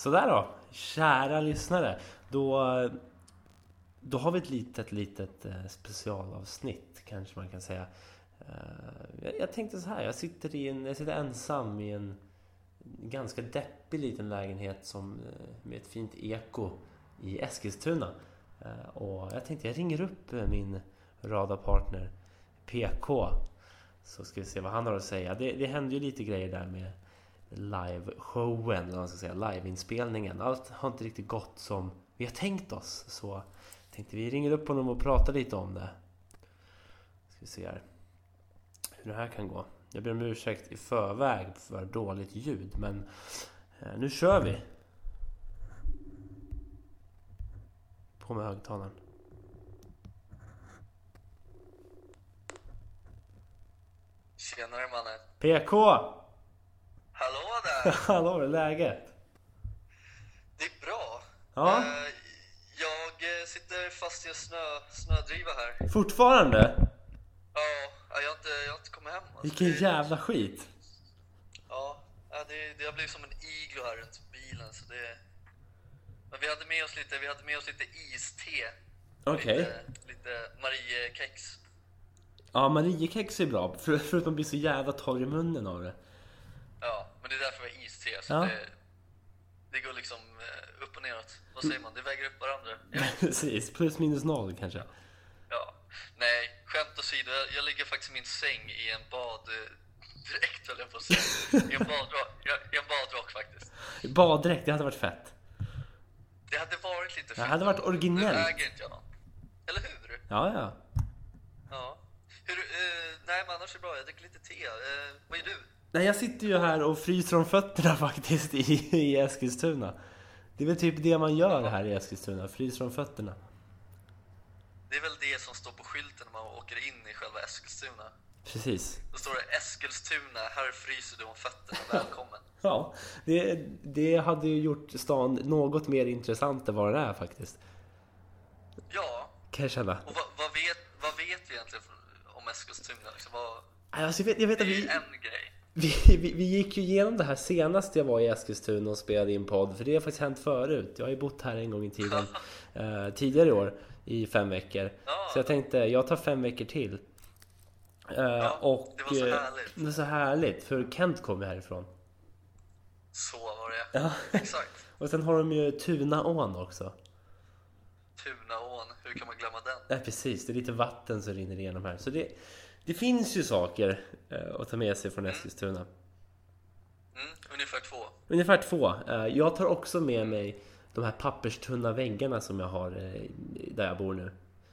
Sådär då, kära lyssnare. Då har vi ett litet specialavsnitt, kanske man kan säga. Jag tänkte så här, jag sitter ensam i en ganska deppig liten lägenhet med ett fint eko i Eskilstuna. Och jag tänkte jag ringer upp min radarpartner PK, så ska vi se vad han har att säga. Det händer ju lite grejer där med live-showen, eller man ska säga, live-inspelningen. Allt har inte riktigt gått som vi har tänkt oss, så tänkte vi ringer upp honom och pratar lite om det. Ska vi se här hur det här kan gå. Jag ber om ursäkt i förväg för dåligt ljud, men nu kör vi. På med högtalaren. Tjenare mannen. PK! Hallå där! Hallå, är läget? Det är bra. Ja. Jag sitter fast i en snödriva här. Fortfarande? Ja, jag har inte kommit hem. Alltså, Vilken jävla skit. Ja, det har blivit som en iglo här runt bilen, så det. Men vi hade med oss lite iste. Okej. Lite Mariekex. Ja, Mariekex är bra, för att man blir så jävla torr i munnen av det. Ja, men det är därför vi har iste, så Ja. det går liksom upp och neråt. Vad säger man? Det väger upp varandra. Ja. Precis, plus minus noll kanske. Ja, nej, skämt åsido, jag ligger faktiskt i min säng i en baddräkt, höll jag på att säga. I en badrock faktiskt. Baddräkt, det hade varit fett. Det hade varit lite fint. Det hade varit originellt. Nu äger inte jag någon. Eller hur? Ja. Ja. Nej, men annars är det bra, jag dricker lite te. Vad är du? Nej, jag sitter ju här och fryser om fötterna faktiskt i Eskilstuna. Det är väl typ det man gör här i Eskilstuna, fryser om fötterna. Det är väl det som står på skylten när man åker in i själva Eskilstuna. Precis. Då står det Eskilstuna, här fryser du om fötterna, välkommen. Ja, det hade ju gjort stan något mer intressant än vad det är faktiskt. Ja, Kan jag känna. och vad vet vi egentligen om Eskilstuna? Liksom, Alltså, jag vet det att är ju en grej. vi gick ju igenom det här senast jag var i Eskilstuna och spelade in podd. För det har faktiskt hänt förut. Jag har ju bott här en gång i tiden. Tidigare i år i 5 veckor. Ja. Så jag tänkte, jag tar 5 veckor till. Och det var så härligt. det var så härligt, för Kent kom ju härifrån. Så var det. Ja. Exakt. Och sen har de ju Tunaån också. Tunaån, hur kan man glömma den? Ja, precis, det är lite vatten som rinner igenom här. Så det finns ju saker att ta med sig från Eskilstuna. Ungefär 2. Ungefär 2. Jag tar också med mig de här papperstunna väggarna som jag har där jag bor nu.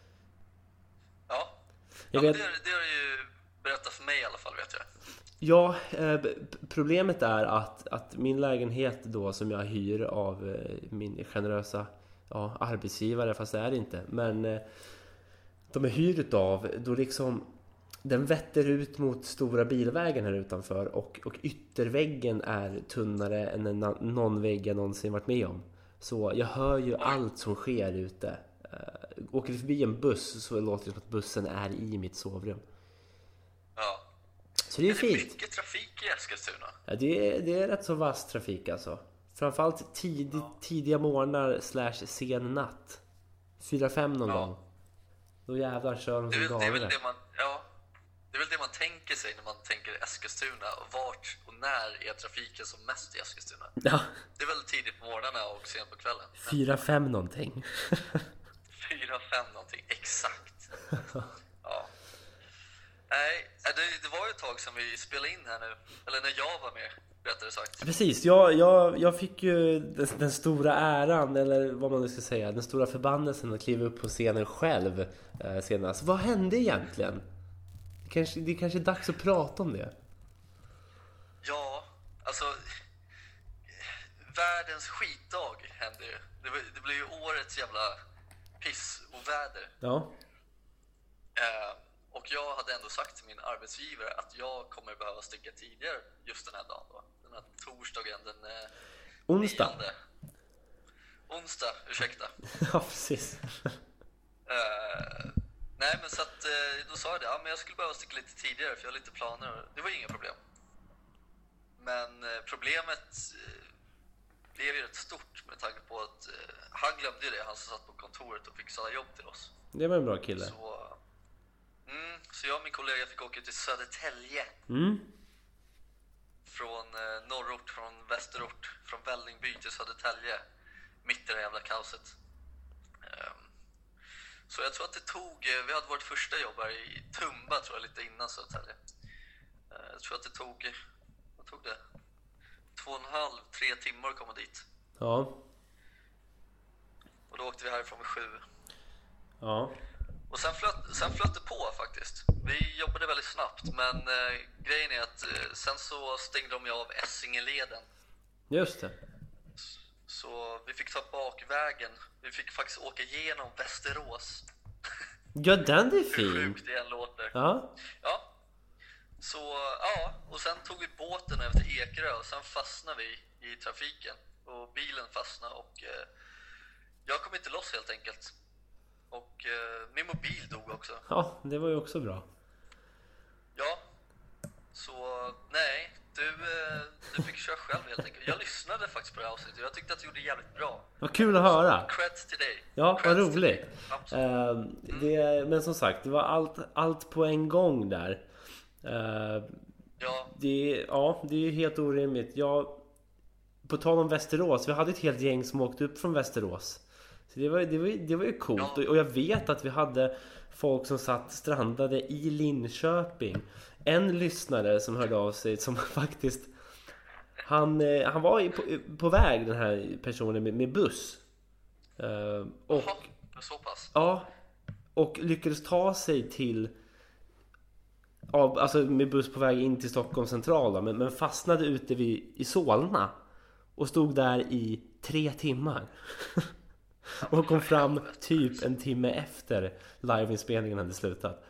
Ja, Jag men vet... det har du ju berättat för mig i alla fall, vet jag. Ja, problemet är att min lägenhet då som jag hyr av min generösa arbetsgivare, fast det är det inte. Men de är hyr utav, då liksom den vetter ut mot stora bilvägen här utanför, och ytterväggen är tunnare än någon vägg jag någonsin varit med om. Så jag hör ju allt som sker ute. Åker det förbi en buss så låter det som att bussen är i mitt sovrum. Ja. Så det är Det är fint. mycket trafik i Eskilstuna. Ja, det är rätt så vass trafik alltså. Framförallt tidiga morgnar / sen natt. 4-5 någon gång. Då jävlar kör de som Det är väl galna. det är väl det man tänker sig när man tänker Eskilstuna. Vart och när är trafiken som mest i Eskilstuna? Ja, Det är väl tidigt på morgnarna och sent på kvällen. 4-5 någonting. 4-5 någonting, exakt. Ja. Nej, det var ju ett tag sedan vi spelade in här nu. Eller när jag var med, rättare sagt. Precis, jag fick ju den stora äran, eller vad man nu ska säga, den stora förbannelsen att kliva upp på scenen själv senast. Vad hände egentligen? Det kanske är dags att prata om det. Ja, alltså världens skitdag hände ju. Det blev ju årets jävla pissoväder. Ja. Och jag hade ändå sagt till min arbetsgivare att jag kommer behöva sticka tidigare just den här dagen då. Den här torsdagen, den Onsdag. 9. Onsdag, ursäkta. Ja, precis. Nej, men så att då sa jag det. Ja, men jag skulle behöva sticka lite tidigare för jag har lite planer. Det var inga problem. Men problemet blev ju rätt stort med tanke på att han glömde ju det, han som satt på kontoret och fixade jobb till oss. Det var en bra kille. Så jag och min kollega fick åka till Södertälje. Från norrort, från västerort, från Vällingby till Södertälje. Mitt i det jävla kaoset. Så jag tror att det tog, vi hade vårt första jobb här i Tumba, tror jag, lite innan Södertälje. Jag tror att det tog, vad tog det? 2,5-3 timmar att komma dit. Ja. Och då åkte vi härifrån vid 7. Ja. Och sen flöt det på faktiskt. Vi jobbade väldigt snabbt, men grejen är att sen så stängde de ju av Essingeleden. Just det. Så vi fick ta bakvägen. Vi fick faktiskt åka igenom Västerås. Ja, den är Hur fin. sjukt det än låter. Ja. Ja. Så ja, och sen tog vi båten över till Ekerö och sen fastnade vi i trafiken. Och bilen fastnade och jag kom inte loss helt enkelt. Och min mobil dog också. Ja, det var ju också bra. Ja. Så nej, du fick köra själv helt enkelt. Jag lyssnade faktiskt på det här avsnittet. Jag tyckte att du gjorde jävligt bra. Vad kul att höra. Creds till dig. Ja, vad Creds till roligt. dig. Men som sagt, det var allt på en gång där. Ja. Det är ju helt orimligt. På tal om Västerås, vi hade ett helt gäng som åkte upp från Västerås. Så det var ju coolt. Ja. Och jag vet att vi hade folk som satt strandade i Linköping. En lyssnare som hörde av sig som faktiskt han var på väg, den här personen, med buss. Och Jaha, så pass. ja, och lyckades ta sig till alltså med buss på väg in till Stockholm central då, men fastnade ute i Solna och stod där i 3 timmar. Och kom fram typ en timme efter liveinspelningen hade slutat.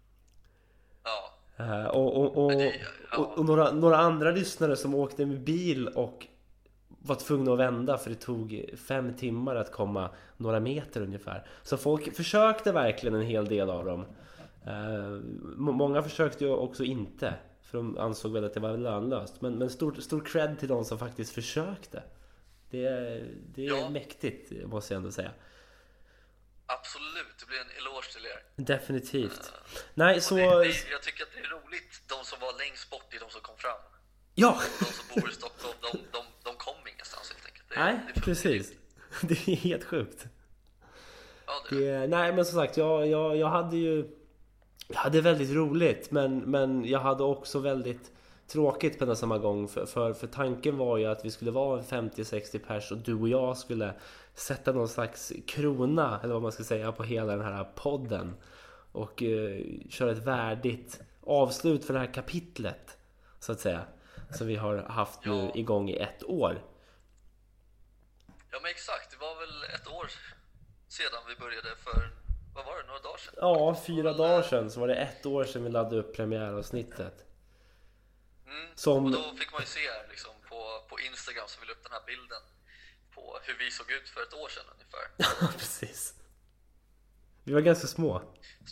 Ja. Och några andra lyssnare som åkte med bil och var tvungna att vända för det tog 5 timmar att komma några meter ungefär. Så folk försökte verkligen, en hel del av dem. Många försökte ju också inte, för de ansåg väl att det var lönlöst. Men stor cred till de som faktiskt försökte. Det är mäktigt, måste jag ändå säga. Absolut, det blir en eloge till er. Definitivt. Nej, så... Jag tycker att det är roligt. De som var längst bort är de som kom fram. Ja! De som bor i Stockholm, de kom ingenstans helt enkelt. Nej, precis. Det är helt sjukt. Ja, nej, men som sagt, jag hade väldigt roligt, men jag hade också väldigt tråkigt på den samma gång, för tanken var ju att vi skulle vara 50-60 pers och du och jag skulle sätta någon slags krona, eller vad man ska säga, på hela den här podden och köra ett värdigt avslut för det här kapitlet, så att säga, som vi har haft nu igång i 1 år. Ja, men exakt, det var väl 1 år sedan vi började för, vad var det, några dagar sedan? Ja, 4 dagar sedan så var det 1 år sedan vi laddade upp premiäravsnittet. Och då fick man ju se liksom, på Instagram, så vi la upp den här bilden på hur vi såg ut för 1 år sedan ungefär. Ja, precis. Vi var ganska små.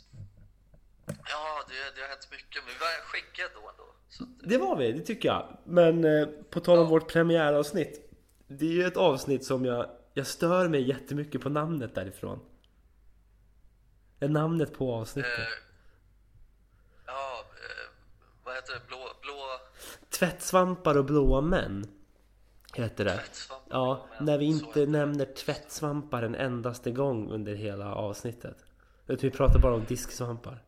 Ja, det har hänt mycket, men vi var skäggiga då ändå. Så att, det var vi, det tycker jag. Men på tal om vårt premiäravsnitt, det är ju ett avsnitt som jag stör mig jättemycket på namnet därifrån. Namnet på avsnittet. Vad heter det? Blå... Tvättsvampar och blåa män heter det. Ja, när vi inte nämner tvättsvampar en endaste gång under hela avsnittet. Vi pratar bara om disksvampar.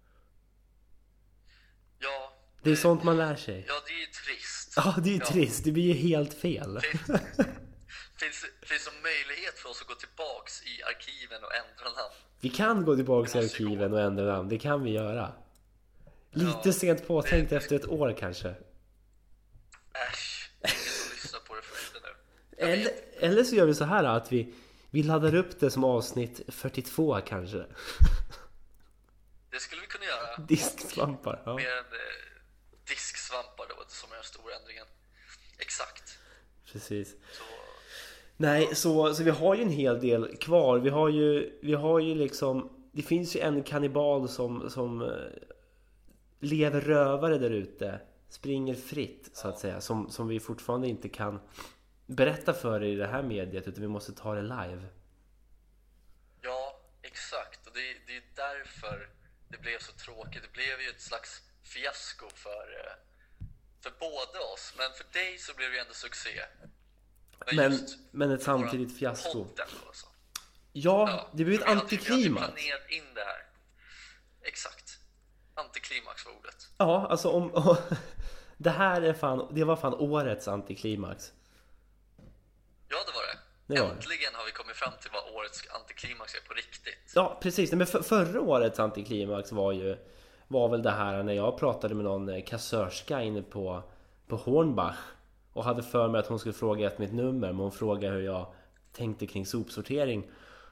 Ja. Det är sånt man lär sig. Ja, det är ju trist. Ja, det är ju trist. Det blir ju helt fel. Finns det möjlighet för oss att gå tillbaks i arkiven och ändra namn? Vi kan gå tillbaks i arkiven och ändra namn. Det kan vi göra. Lite sent påtänkt efter 1 år kanske. Äsch, ingen som lyssnar på det först nu. Eller så gör vi så här att vi laddar upp det som avsnitt 42 kanske. Det skulle vi kunna göra. Disksvampar, ja. Mer än disksvampar då, som är den stora ändringen. Exakt. Precis. Nej, så vi har ju en hel del kvar. Vi har ju liksom, det finns ju en kannibal som lever rövare där ute, springer fritt så att säga, som vi fortfarande inte kan berätta för dig i det här mediet, utan vi måste ta det live. Ja, exakt. Och det är därför det blev så tråkigt. Det blev ju ett slags fiasko för båda oss. Men för dig så blev det ju ändå succé. Men ett samtidigt fiasko. Podden då, så. Ja, det blev ett antiklimax. Vi hade planerat in det här. Exakt. Antiklimax var ordet. Ja, alltså det här det var fan årets antiklimax. Ja, det var det. Det var Äntligen har vi kommit fram till vad årets antiklimax är på riktigt. Ja, precis. Men förra årets antiklimax var väl det här när jag pratade med någon kassörska inne på Hornbach och hade för mig att hon skulle fråga efter mitt nummer, men hon frågade hur jag tänkte kring sopsortering.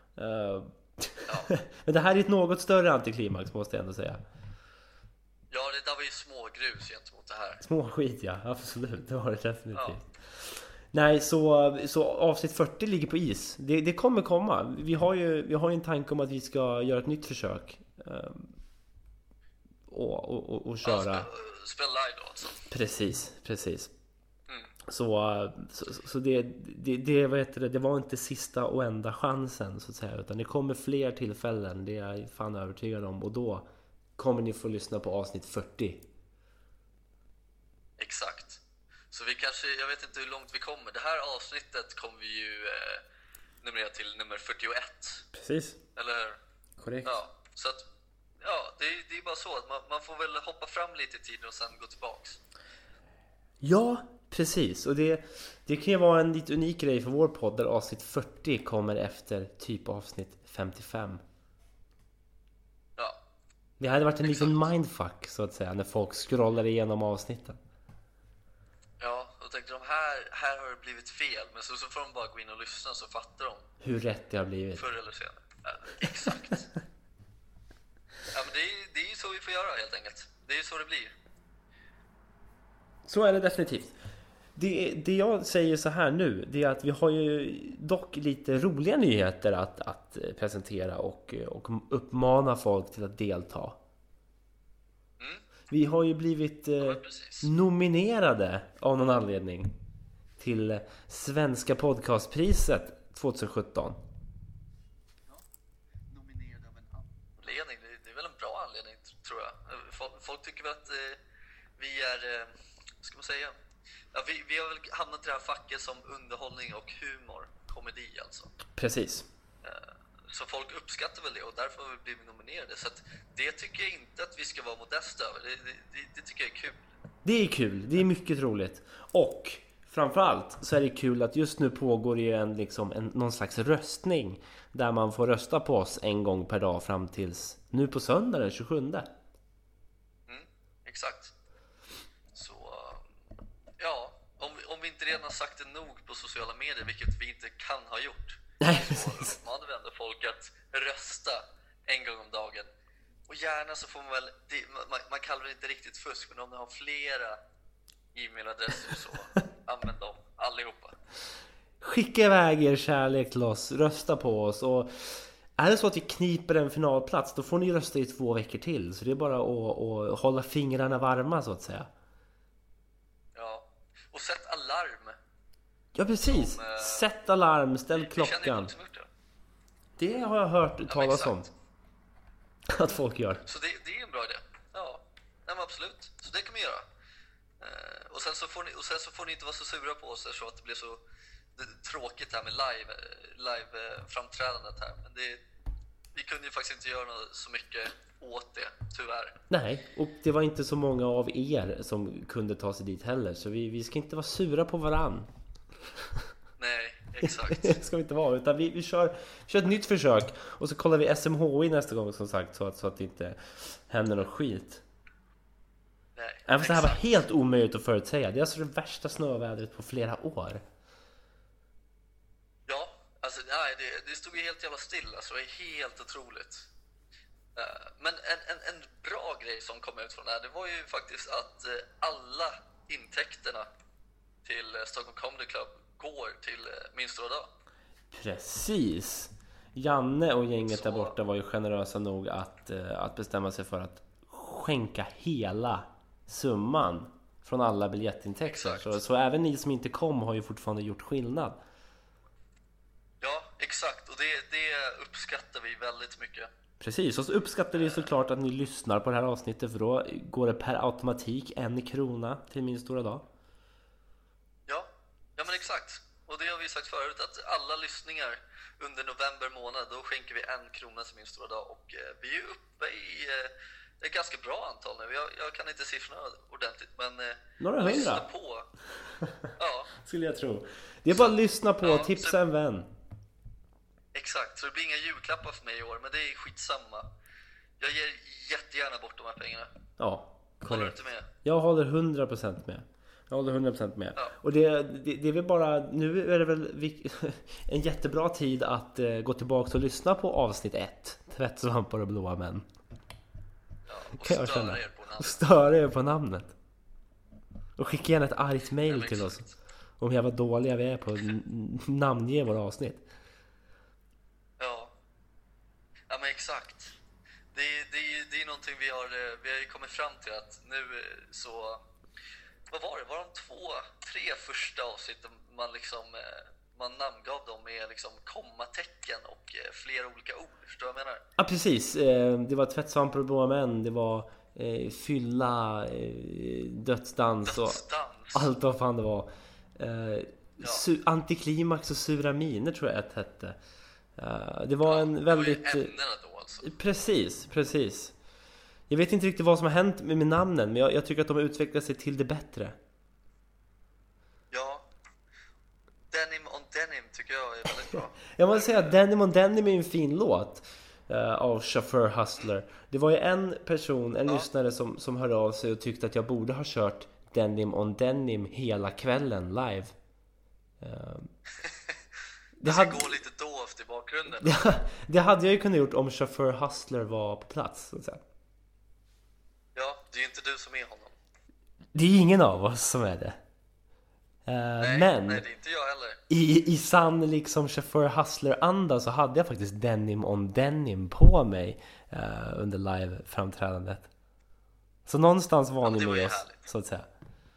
Men det här är ett något större antiklimax, måste jag ändå säga. Ja, det där var ju smågrus gentemot det här. Småskit, ja. Absolut. Det var det definitivt. Ja. Nej, så avsnitt 40 ligger på is. Det kommer komma. Vi har ju en tanke om att vi ska göra ett nytt försök. Och köra. Ja, spela live då alltså. Precis. Så det vad heter det? Det var inte sista och enda chansen, så att säga, utan det kommer fler tillfällen. Det är jag fan övertygad om. Och då kommer ni få lyssna på avsnitt 40. Exakt. Så vi kanske, jag vet inte hur långt vi kommer. Det här avsnittet kommer vi ju numrera till nummer 41. Precis. Eller? Korrekt. Ja, så att det är bara så att man får väl hoppa fram lite i tiden och sen gå tillbaks. Ja, precis. Och det kan ju vara en lite unik grej för vår podd, där avsnitt 40 kommer efter typ avsnitt 55. Ja. Det hade varit en liten mindfuck, så att säga, när folk scrollar igenom avsnitten. Ja, och tänkte de här har det blivit fel, men så får de bara gå in och lyssna, så fattar de hur rätt det har blivit. Förr eller senare. Ja, exakt. Ja, men det är ju så vi får göra, helt enkelt. Det är ju så det blir. Så är det definitivt. Det jag säger så här nu, det är att vi har ju dock lite roliga nyheter att presentera och uppmana folk till att delta. Vi har ju blivit nominerade av någon anledning till Svenska podcastpriset 2017. Ja, nominerade av en anledning. Det är väl en bra anledning, tror jag. Folk tycker väl att vi är, ska man säga, ja, vi har väl hamnat i det här facket som underhållning och humor, komedi alltså. Precis. Så folk uppskattar väl det, och därför har vi blivit nominerade. Så att det tycker jag inte att vi ska vara modesta över. Det tycker jag är kul. Det är kul, det är mycket roligt. Och framförallt så är det kul att just nu pågår ju någon slags röstning, där man får rösta på oss en gång per dag fram tills nu på söndag den 27. Exakt. Så ja, om vi inte redan har sagt det nog på sociala medier, vilket vi inte kan ha gjort. Nej, så uppmanar vi ändå folk att rösta en gång om dagen. Och gärna så får man väl, man kallar det inte riktigt fusk, men om ni har flera e-mailadresser så använd dem allihopa. Skicka iväg er kärlek till oss, rösta på oss, och är det så att vi kniper en finalplats, då får ni rösta i 2 veckor till. Så det är bara att hålla fingrarna varma, så att säga. Ja, och sätt alarm. Ja, precis. Sätt alarm, ställ klockan. Det har jag hört talas om att folk gör. Så det är en bra idé. Ja, nej, men absolut. Så det kan vi göra. Och sen så får ni inte vara så sura på oss så att det blir så tråkigt här med live-framträdandet här. Men vi kunde ju faktiskt inte göra så mycket åt det, tyvärr. Nej, och det var inte så många av er som kunde ta sig dit heller. Så vi ska inte vara sura på varann. Nej, exakt. Det ska vi inte vara, utan vi kör ett nytt försök. Och så kollar vi SMHI nästa gång, som sagt, så att det inte händer något skit. Nej, även fast det här var helt omöjligt att förutsäga. Det är alltså det värsta snövädret på flera år. Ja, alltså nej, det stod ju helt jävla still. Alltså, det är helt otroligt. Men en bra grej som kom ut från det här, det var ju faktiskt att alla intäkterna till Stockholm Comedy Club går till Min stora dag. Precis. Janne och gänget där borta var ju generösa nog att bestämma sig för att skänka hela summan från alla biljettintäkter. Exakt. Så även ni som inte kom har ju fortfarande gjort skillnad. Ja, exakt. Och det uppskattar vi väldigt mycket. Precis, och så uppskattar vi såklart att ni lyssnar på det här avsnittet, för då går det per automatik 1 krona till Min stora dag. Ja men exakt. Och det har vi sagt förut, att alla lyssningar under november månad, då skänker vi 1 krona till Min stora dag. Och vi är uppe i ett ganska bra antal nu. Jag kan inte siffrorna ordentligt, men några lyssna hundra på. Ja, skulle jag tro. Det är bara att lyssna på och tipsa en vän. exakt. Så det blir inga julklappar för mig i år, men det är skitsamma. Jag ger jättegärna bort de här pengarna. Ja, Håller du korrekt. inte med? Jag håller 100% med. Jag håller 100% med. Ja. Och det är väl bara, nu är det väl en jättebra tid att gå tillbaka och lyssna på avsnitt 1. Tvättsvampar och blåa män. Ja, och Kan jag störa känna. er på namnet. Störa er på namnet. Och skicka gärna ett argt mail Ja, till oss exakt. om jävla dåliga vi är på att namnge våra avsnitt. Ja men exakt. Det är någonting vi har ju kommit fram till, att nu så... Vad var det? Var de 2-3 första avsnitten man namngav dem med liksom kommatecken och flera olika ord? Förstår du vad jag menar? Ja, precis. Det var tvättsvampar och blåa män. Det var fylla, dödsdans och Dödsdans. allt vad fan det var. Antiklimax och sura miner tror jag att det hette. Det var en väldigt... Det var ju ämnena då alltså. Precis. Jag vet inte riktigt vad som har hänt med namnen, men jag tycker att de har utvecklat sig till det bättre. Ja. Denim on Denim tycker jag är väldigt bra. Jag måste säga att Denim on Denim är en fin låt av Chauffeur Hustler. Det var ju en person, en lyssnare som hörde av sig och tyckte att jag borde ha kört Denim on Denim hela kvällen live. Det ska gå lite dovt i bakgrunden. Det hade jag ju kunnat gjort om Chauffeur Hustler var på plats, så att säga. Ja, det är ju inte du som är honom. Det är ingen av oss som är det. Men nej, det är inte jag heller. i sann liksom Chauffeur Hustler-anda så hade jag faktiskt Denim on Denim på mig under live-framträdandet. Så någonstans var ni med oss, härligt. så att säga.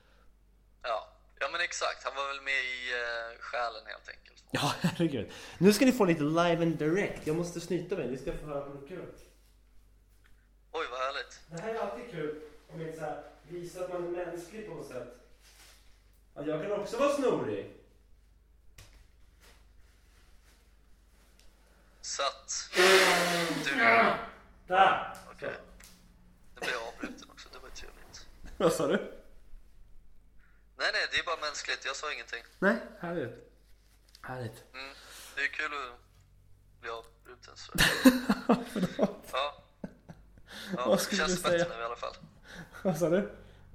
Ja men exakt, han var väl med i själen helt enkelt. Ja, herregud. Nu ska ni få lite live and direct. Jag måste snyta mig, ni ska få höra på något kul. Oj, vad härligt. Det här är alltid kul om inte så här visa att man är mänsklig på något sätt. Att jag kan också vara snorig. Så att du... Där! Okej. Det blev avbruten också, det var ju trevligt. Vad sa du? Nej, det är bara mänskligt, jag sa ingenting. Nej, härligt. Det är kul att bli avbruten så. Förlåt. Ja, Vad skulle känns du det bättre säga? nu i alla fall. Vad sa du?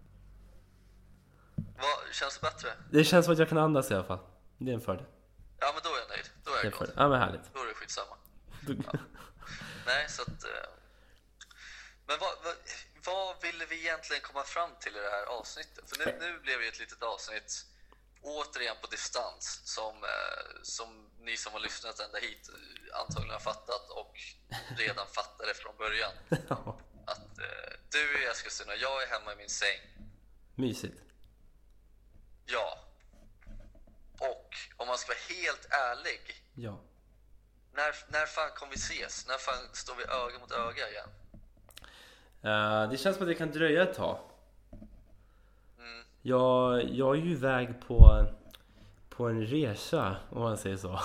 Känns det bättre? Det känns som att jag kan andas i alla fall. Det är en fördel. Ja, men då är jag nöjd. Då är jag glad. Ja, men härligt. Då är det skitsamma. Ja. Nej, så att... Men vad ville vi egentligen komma fram till i det här avsnittet? För nu blev det ett litet avsnitt återigen på distans som ni som har lyssnat ända hit antagligen har fattat och redan fattade från början. Ja. Att du är i Eskilstuna, jag är hemma i min säng. Mysigt. Ja. Och om man ska vara helt ärlig, Ja. när fan kommer vi ses? När fan står vi öga mot öga igen? Det känns som att det kan dröja ett tag. Mm. Jag är ju iväg på en resa, om man säger så.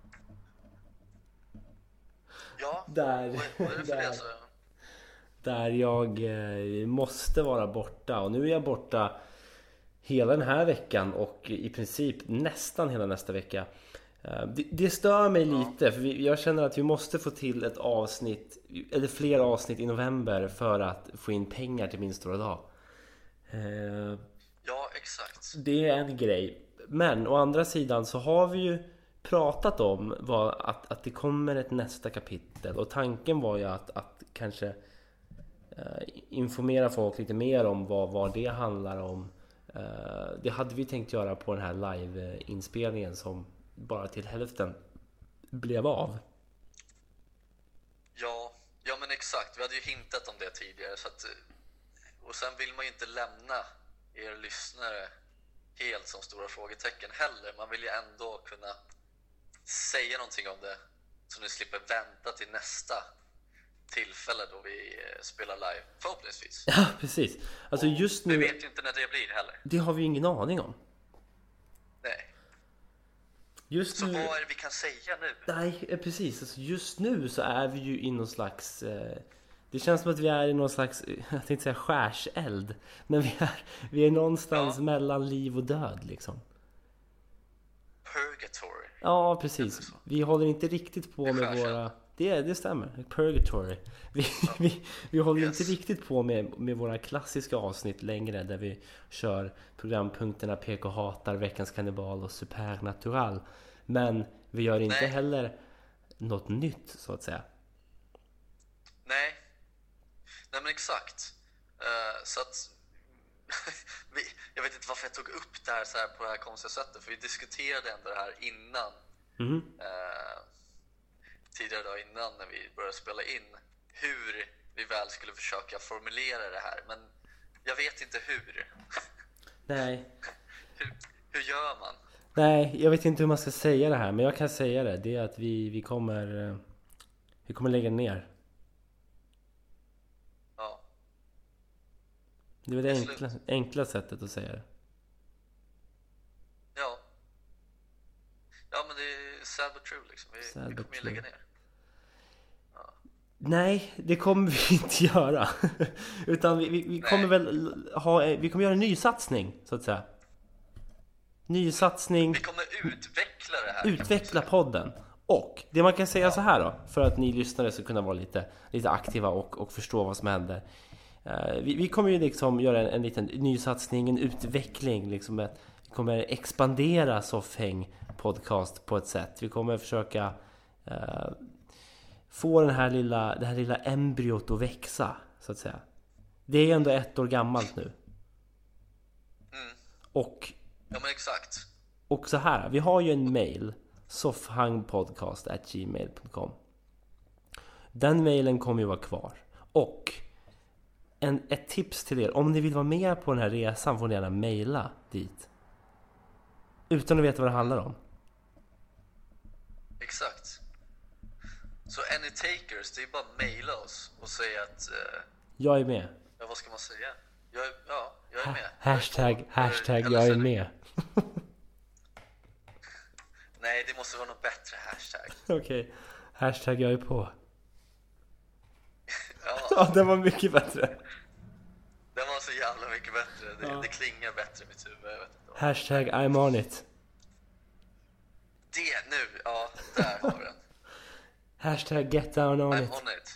Ja, Där, vad är det för resa? där jag måste vara borta. Och nu är jag borta hela den här veckan och i princip nästan hela nästa vecka. Det stör mig lite, för jag känner att vi måste få till ett avsnitt eller fler avsnitt i november för att få in pengar till Min stora dag. Ja, exakt. Det är en grej. Men å andra sidan så har vi ju pratat om att det kommer ett nästa kapitel. Och tanken var ju att kanske informera folk lite mer om vad det handlar om. Det hade vi tänkt göra på den här live-inspelningen som bara till hälften blev av. Ja men exakt. Vi hade ju hintat om det tidigare. Så att, och sen vill man ju inte lämna er lyssnare helt som stora frågetecken heller. Man vill ju ändå kunna säga någonting om det, så ni slipper vänta till nästa tillfälle då vi spelar live, förhoppningsvis. Ja, precis. Alltså just nu... Vi vet ju inte när det blir heller. Det har vi ingen aning om. Nej. Just så nu... vad är det vi kan säga nu? Nej, precis. Alltså just nu så är vi ju i någon slags... Det känns som att vi är i någon slags, jag tänkte säga skärseld. Men vi är någonstans mellan liv och död liksom. Purgatory. Ja, precis. Vi håller inte riktigt på med våra... Det stämmer. Purgatory. Vi håller inte riktigt på med våra klassiska avsnitt längre, där vi kör programpunkterna PK hatar, Veckans kannibal och Supernatural. Men vi gör inte heller något nytt, så att säga. Nej men exakt. Så att jag vet inte varför jag tog upp det här så här på det här konstiga sättet, för vi diskuterade ändå det här innan. Tidigare dag innan, när vi började spela in, hur vi väl skulle försöka formulera det här, men jag vet inte hur. Nej. Hur gör man? Nej, jag vet inte hur man ska säga det här, men jag kan säga det. Det är att vi kommer lägga ner. Ja. Det är det enkla sättet att säga det. Ja, men det är sad but true liksom. Vi kommer ju lägga ner. Ja. Nej, det kommer vi inte göra. Utan vi kommer väl vi kommer göra en ny satsning, så att säga. Ny satsning. Vi kommer utveckla det här. Utveckla podden. Och det man kan säga så här då, för att ni lyssnare ska kunna vara lite aktiva och förstå vad som händer. Vi kommer ju liksom göra en liten ny satsning, en utveckling liksom. Vi kommer expandera Soffhäng podcast på ett sätt. Vi kommer försöka få det här lilla embryot att växa, så att säga. Det är ändå 1 år gammalt nu. Och ja, men exakt. Och så här, vi har ju en mail, soffhangpodcast@gmail.com. Den mailen kommer ju vara kvar. Och ett tips till er, om ni vill vara med på den här resan får ni gärna mejla dit. Utan att veta vad det handlar om. Exakt. Så any takers, det är bara mejla oss och säga att jag är med. Ja, vad ska man säga? Jag är med. Hashtag jag är med. Nej, det måste vara något bättre hashtag. Okej. Hashtag jag är på. Ja, den var mycket bättre. Den var så jävla mycket bättre. Det klingar bättre i mitt huvud. Jag vet inte. Hashtag I'm on it. Det nu, där har vi den. Hashtag get down on I'm it. on it.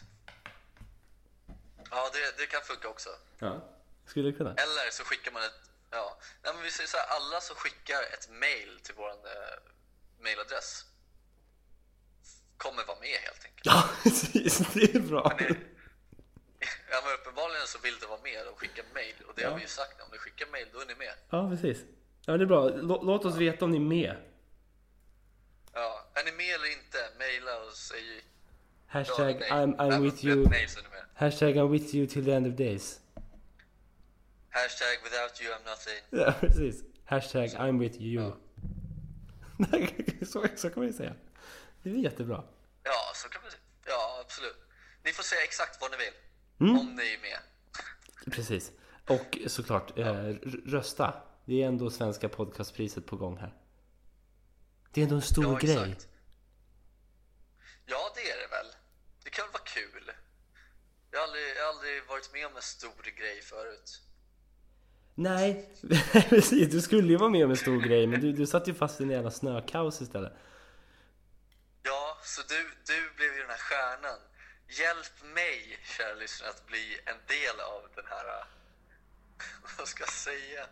Ja, det kan funka också. Ja, skulle kunna. Eller så skickar man ett... Ja, nej, men vi säger så här, alla som skickar ett mail till våran mailadress kommer vara med helt enkelt. Ja, precis. Det är bra. Men uppenbarligen så vill du vara med och skicka mail. Och det har vi ju sagt, om ni skickar mail då är ni med. Ja, precis. Ja, det är bra. Låt oss veta om ni är med. Ja, är ni med eller inte? Maila och säg... Hashtag I'm with you. Hashtag I'm with you till the end of days. Hashtag without you I'm nothing. Ja, precis. Hashtag I'm with you. Så kan man ju säga. Det är jättebra. Ja, så kan man säga. Ja, absolut. Ni får säga exakt vad ni vill. Om ni är med. Precis. Och såklart, rösta. Det är ändå svenska podcastpriset på gång här. Det är ändå en stor grej. Exakt. Ja, det är det väl. Det kan väl vara kul. Jag har aldrig varit med om en stor grej förut. Nej, precis. Du skulle ju vara med om en stor grej, men du satt ju fast i en jävla snökaos istället. Ja, så du blev ju den här stjärnan. Hjälp mig, kära lyssnare, att bli en del av den här... Vad ska jag säga?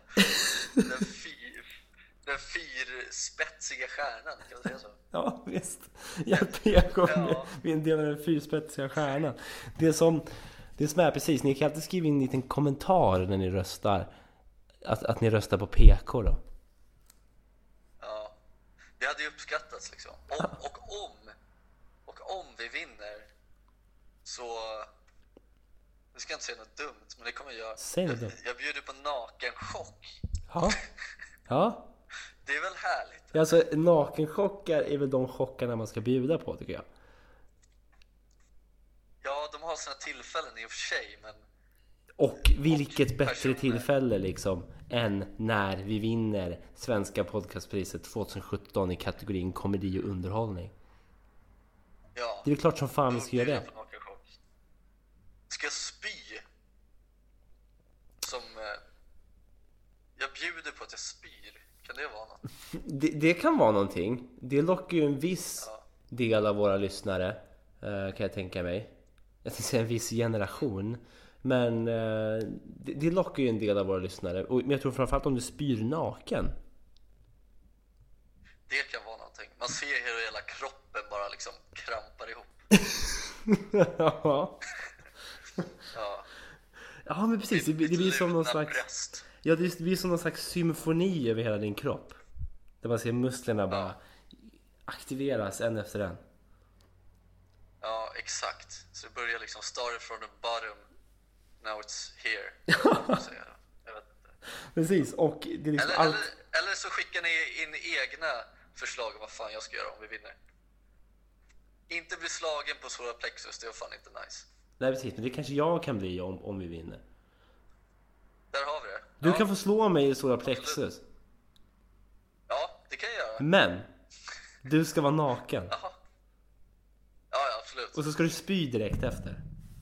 Den fyrspetsiga stjärnan, kan man säga så? Ja, visst. Jag kommer bli en del av den fyrspetsiga stjärnan. Det som är precis, ni kan alltid skriva in en liten kommentar när ni röstar. Att ni röstar på PK då. Ja, det hade ju uppskattats liksom. Och om vi vinner så Nu ska jag inte säga något dumt, men det kommer jag. Säg något dumt. Jag bjuder på nakenchock. Ja. Ja. Det är väl härligt? Alltså nakenchockar är väl de chockarna man ska bjuda på, tycker jag. Ja, de har sina tillfällen i och för sig, men... Och vilket Och bättre personer. tillfälle liksom än när vi vinner Svenska podcastpriset 2017 i kategorin komedi och underhållning. Ja, Det är väl klart som fan vi då ska göra bjuder det. jag på nakenchock. Ska jag spy? Som... jag bjuder på att jag spyr. Kan det vara något? Det kan vara någonting. Det lockar ju en viss Ja. del av våra lyssnare, kan jag tänka mig. Jag tänkte säga en viss generation. Men det lockar ju en del av våra lyssnare. Men jag tror framförallt om du spyr naken. Det kan vara någonting. Man ser hur hela kroppen bara liksom krampar ihop. Ja. Ja, Ja, men precis. Det blir som någon Luna slags... bröst. Ja, det blir som någon slags symfoni över hela din kropp. Där man ser musklerna bara aktiveras en efter en. Ja, exakt. Så det börjar liksom start from the bottom. Now it's here. Jag vet inte. Precis, och det är liksom Eller, allt... eller så skickar ni in egna förslag om vad fan jag ska göra om vi vinner. Inte bli slagen på solar plexus, det är fan inte nice. Nej, precis, men det kanske jag kan bli om vi vinner. Där har vi det. Du Ja. kan få slå mig i solar plexus. Ja, det kan jag göra. Men du ska vara naken. Jaha. Ja, absolut. Och så ska du spy direkt efter.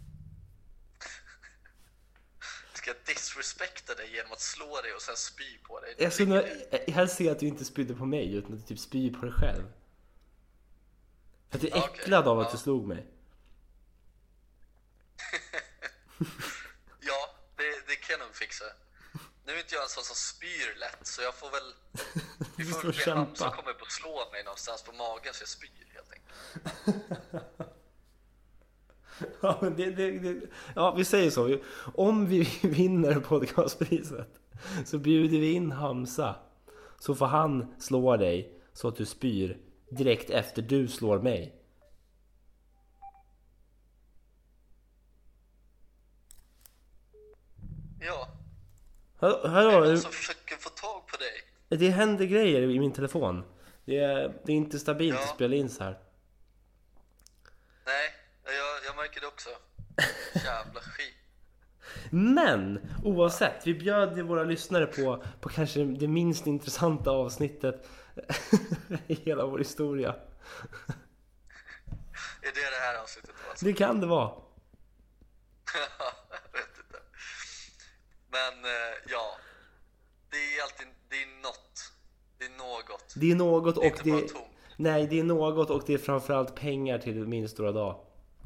Ska jag disrespekta dig genom att slå dig och sen spy på dig? Jag skulle helst se att du inte spydde på mig, utan att du typ spyr på dig själv. För att du är Okej, äcklad av att ja. du slog mig. Ja, det kan jag nog fixa. Nu är inte jag en sån som spyr lätt, så jag får väl... Vi får får väl be kämpa. Hamza kommer på att slå mig någonstans på magen så jag spyr helt enkelt. Ja, men ja, vi säger så. Om vi vinner podcastpriset så bjuder vi in Hamza. Så får han slå dig så att du spyr direkt efter du slår mig. Ja, Hallå, är det någon hallå, som försöker få tag på dig? det händer grejer i min telefon. Det är inte stabilt Ja. att spela in så här. Nej, jag märker det också. Jävla skit. Men oavsett, vi bjöd ju våra lyssnare på kanske det minst intressanta avsnittet i hela vår historia. Är det här avsnittet då alltså? Det kan det vara. Jag vet inte. Men ja, det är alltid, det är något. Det är något. Det är något Det är och inte bara det... tomt. Nej, det är något och det är framförallt pengar till min stora dag.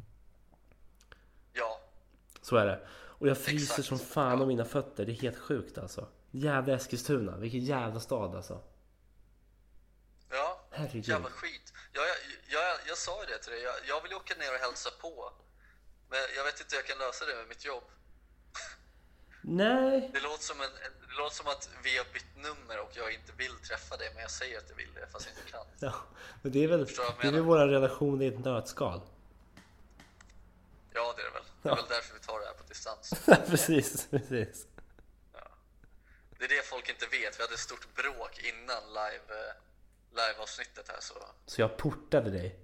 Ja, Så är det. Och jag fryser Exakt. som fan Ja. om mina fötter. Det är helt sjukt alltså. Jävla Eskilstuna. Vilken jävla stad alltså. ja. Herregud. Jävla skit. Jag sa ju det till dig. Jag vill åka ner och hälsa på. Men jag vet inte hur jag kan lösa det med mitt jobb. Nej. Det låter som att vi har bytt nummer och jag inte vill träffa dig, men jag säger att jag vill det fast jag inte kan. Ja, men det är väl, Förstår du vad jag det är väl menar? vår relation i ett nötskal. Ja, det är det väl. Det är väl därför vi tar det här på distans. Precis. Det är det folk inte vet. Vi hade ett stort bråk innan live-avsnittet här så... Så jag portade dig.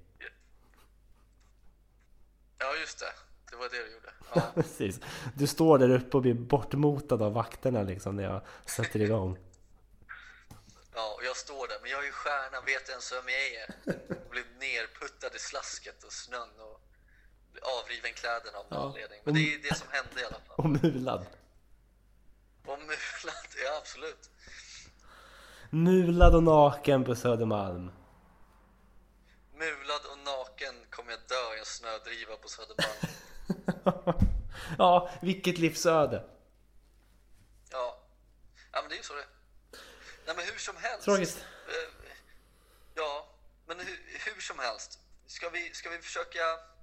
Ja, just det. Det var det du gjorde. Ja. Precis. Du står där uppe och blir bortmotad av vakterna liksom när jag sätter igång. Ja, och jag står där. Men jag är ju stjärnan, vet ens vem jag är. Jag blev nerputtad i slasket och snön och blev avriven kläderna av någon anledning. Men det är det som hände i alla fall. Och mulad. Och mulad, ja absolut. Mulad och naken på Södermalm. Mulad och naken kommer jag dö i en snödriva på Södermalm. Ja, vilket livsöde. Ja, men det är ju så det. Nej, men hur som helst. Tragiskt. Ja, men hur som helst. Ska vi försöka...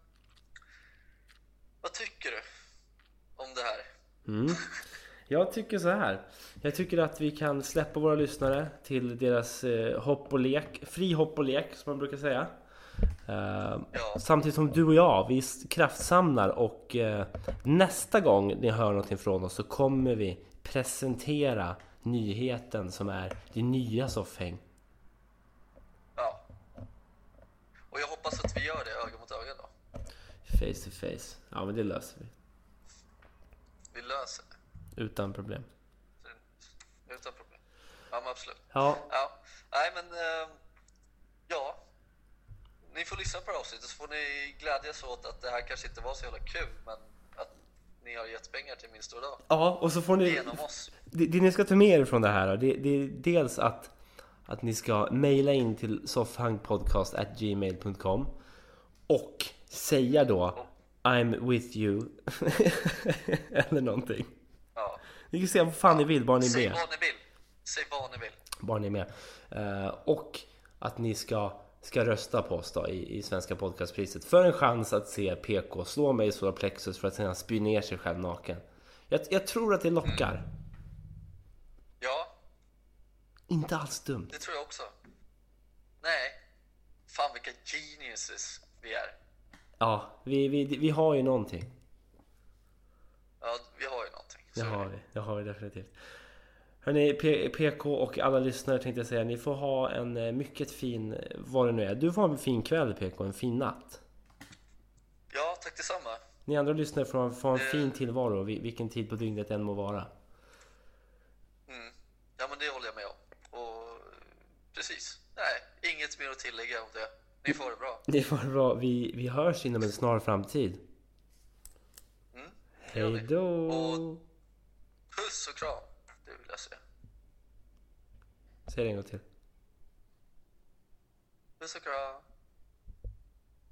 Vad tycker du om det här? Jag tycker så här. Jag tycker att vi kan släppa våra lyssnare till deras hopp och lek. Fri hopp och lek, som man brukar säga. Samtidigt som du och jag, vi kraftsamlar och nästa gång ni hör någonting från oss så kommer vi presentera nyheten som är det nya Soffhäng. Ja. Och jag hoppas att vi gör det öga mot öga då. Face to face. Ja, men det löser vi. Vi löser det. Utan problem. Utan problem. Ja, men absolut. Ja. Nej, men ja. Ni får lyssna på det här avsnittet så får ni glädjas åt att det här kanske inte var så jävla kul, men att ni har gett pengar till min stora dag. Ja, och så får ni... Genom oss. Det ni ska ta med er från det här då, det är dels att ni ska mejla in till soffhangpodcast@gmail.com och säga då I'm with you eller någonting. Ja. Ni kan säga vad fan ni vill, bara ni är Säg med. vad ni vill. Säg vad ni vill. Bara ni är med. Och att ni ska rösta på oss då i Svenska podcastpriset för en chans att se PK slå mig i solar plexus för att sedan spy ner sig själv naken. Jag tror att det lockar. Ja, Inte alls dumt. det tror jag också. Nej. Fan vilka geniuses vi är. Ja, vi har ju någonting. Ja, vi har ju någonting. Det har vi definitivt. Hörrni, PK och alla lyssnare tänkte jag säga, ni får ha en mycket fin, vad det nu är. Du får ha en fin kväll PK, en fin natt. Ja, tack detsamma. Ni andra lyssnare får ha en fin tillvaro, vilken tid på dygnet än må vara. Ja, men det håller jag med om. Och precis. Nej, inget mer att tillägga om det. Ni får det bra. Det var bra, vi hörs inom en snar framtid. Hej då. Och puss och kram, det vill jag säga. Säg det en gång till. Puss och kram.